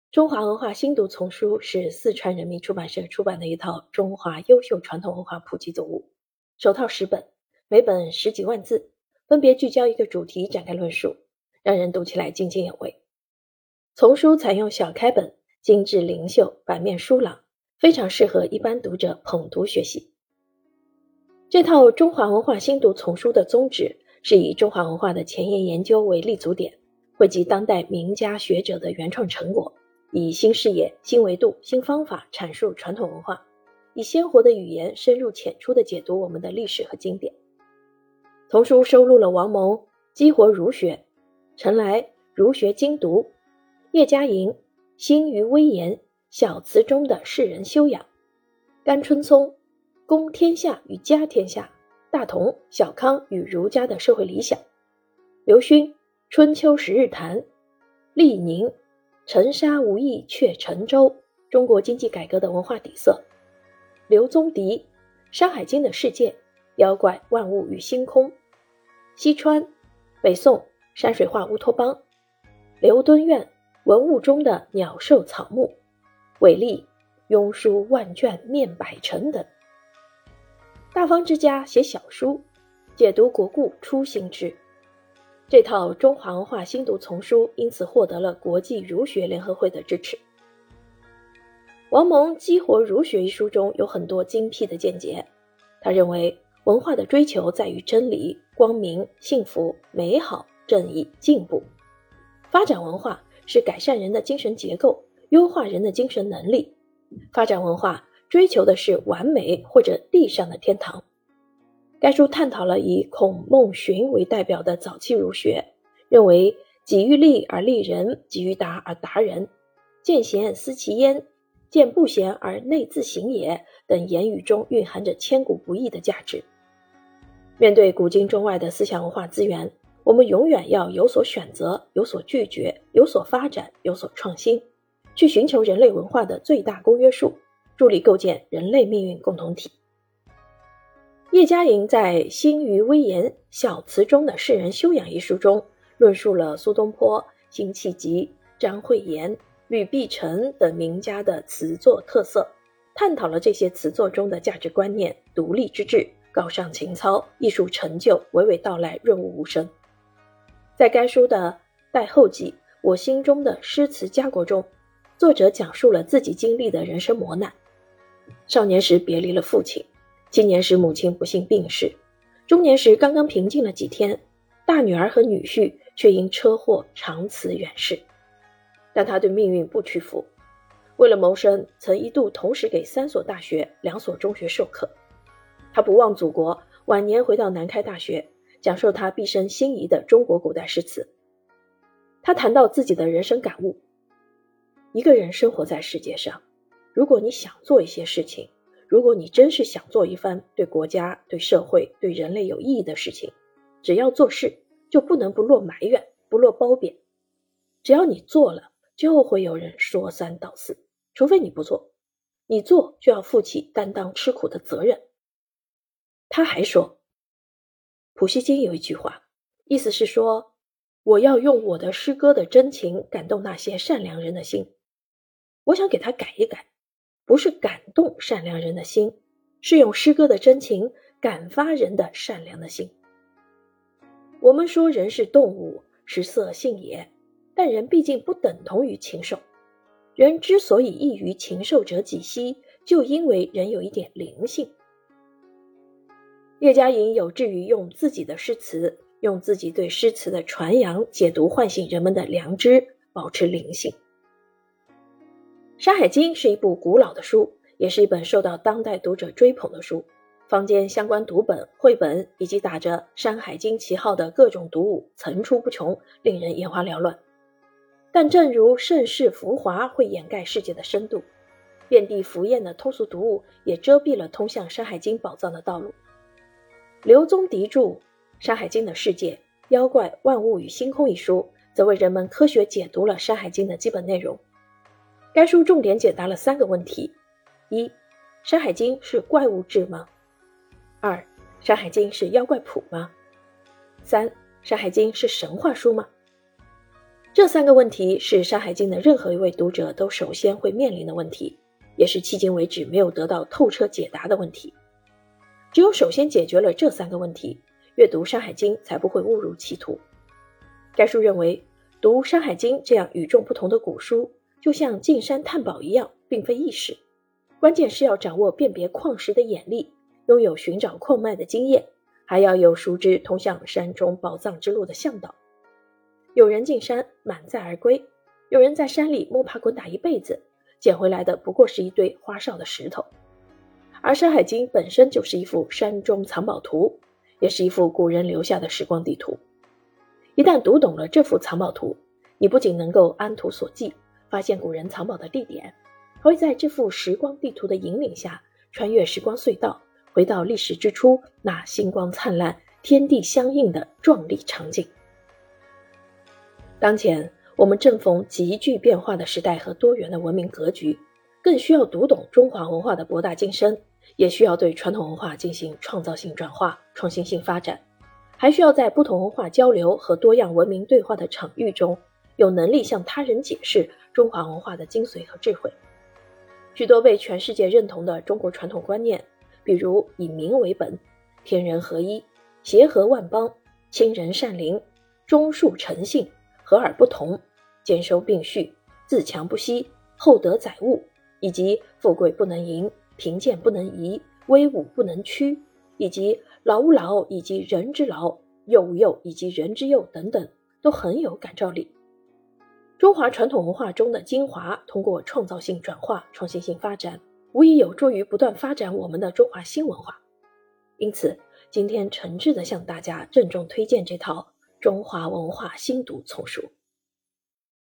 中华文化新读丛书是四川人民出版社出版的一套中华优秀传统文化普及读物，首套10本，每本10几万字，分别聚焦一个主题展开论述，让人读起来津津有味。丛书采用小开本，精致灵秀，版面疏朗，非常适合一般读者捧读学习。这套中华文化新读丛书的宗旨是以中华文化的前沿研究为立足点，汇集当代名家学者的原创成果，以新视野、新维度、新方法阐述传统文化，以鲜活的语言深入浅出地解读我们的历史和经典。丛书收录了王蒙激活儒学、陈来儒学精读、叶嘉莹兴于微言小词中的世人修养、甘春聪公天下与家天下、大同小康与儒家的社会理想、刘勋春秋十日谈、厉宁沉沙无益却沉舟中国经济改革的文化底色、刘宗迪山海经的世界、妖怪万物与星空、西川北宋山水画乌托邦、刘敦愿文物中的鸟兽草木、韦力庸书万卷面百成等。大方之家写小书，解读国故出新知。这套中华文化新读丛书因此获得了国际儒学联合会的支持。王蒙激活儒学一书中有很多精辟的见解，他认为文化的追求在于真理、光明、幸福、美好、正义、进步。发展文化是改善人的精神结构，优化人的精神能力。发展文化追求的是完美或者地上的天堂。该书探讨了以孔孟荀为代表的早期儒学，认为己欲立而立人，己欲达而达人，见贤思齐焉，见不贤而内自省也等言语中蕴含着千古不易的价值。面对古今中外的思想文化资源，我们永远要有所选择，有所拒绝，有所发展，有所创新，去寻求人类文化的最大公约数，助力构建人类命运共同体。叶嘉莹在《兴于微言小词中的世人修养》一书中，论述了苏东坡、辛弃疾、张惠言、吕碧城等名家的词作特色，探讨了这些词作中的价值观念、独立之志、高尚情操、艺术成就娓娓道来，润物无声。在该书的代后记《我心中的诗词家国》中，作者讲述了自己经历的人生磨难。少年时别离了父亲，青年时母亲不幸病逝，中年时刚刚平静了几天，大女儿和女婿却因车祸长辞远逝。但他对命运不屈服，为了谋生，曾一度同时给3所大学、2所中学授课。他不忘祖国，晚年回到南开大学，讲授他毕生心仪的中国古代诗词。他谈到自己的人生感悟：一个人生活在世界上，如果你想做一些事情，如果你真是想做一番对国家、对社会、对人类有意义的事情，只要做事，就不能不落埋怨，不落褒贬。只要你做了，就会有人说三道四，除非你不做，你做就要负起担当吃苦的责任。他还说，普希金有一句话，意思是说，我要用我的诗歌的真情感动那些善良人的心。我想给他改一改，不是感动善良人的心，是用诗歌的真情感发人的善良的心。我们说人是动物，食色性也，但人毕竟不等同于禽兽。人之所以异于禽兽者几希，就因为人有一点灵性。叶嘉莹有志于用自己的诗词，用自己对诗词的传扬解读，唤醒人们的良知，保持灵性。《山海经》是一部古老的书，也是一本受到当代读者追捧的书。坊间相关读本、绘本以及打着《山海经》旗号的各种读物层出不穷，令人眼花缭乱。但正如盛世浮华会掩盖世界的深度，遍地浮艳的通俗读物也遮蔽了通向《山海经》宝藏的道路。刘宗迪著《山海经的世界、妖怪、万物与星空》一书，则为人们科学解读了《山海经》的基本内容。该书重点解答了3个问题： 1. 山海经是怪物志吗？ 2. 山海经是妖怪谱吗？ 3. 山海经是神话书吗？ 这3个问题是《山海经》的任何一位读者都首先会面临的问题，也是迄今为止没有得到透彻解答的问题。只有首先解决了这3个问题，阅读《山海经》才不会误入歧途。该书认为，读《山海经》这样与众不同的古书，就像进山探宝一样，并非易事。关键是要掌握辨别矿石的眼力，拥有寻找矿脉的经验，还要有熟知通向山中宝藏之路的向导。有人进山满载而归，有人在山里摸爬滚打一辈子，捡回来的不过是一堆花哨的石头。而《山海经》本身就是一幅山中藏宝图，也是一幅古人留下的时光地图。一旦读懂了这幅藏宝图，你不仅能够安图所记，发现古人藏宝的地点，还会在这幅时光地图的引领下，穿越时光隧道，回到历史之初那星光灿烂、天地相应的壮丽场景。当前我们正逢急剧变化的时代和多元的文明格局，更需要读懂中华文化的博大精深，也需要对传统文化进行创造性转化、创新性发展，还需要在不同文化交流和多样文明对话的场域中，有能力向他人解释中华文化的精髓和智慧。许多被全世界认同的中国传统观念，比如以民为本、天人合一、协和万邦、亲仁善邻、忠恕诚信、和而不同、兼收并蓄、自强不息、厚德载物，以及富贵不能淫、贫贱不能移、威武不能屈，以及劳吾劳以及人之劳、幼吾幼以及人之幼等等，都很有感召力。中华传统文化中的精华，通过创造性转化、创新性发展，无疑有助于不断发展我们的中华新文化。因此，今天诚挚地向大家郑重推荐这套中华文化新读丛书。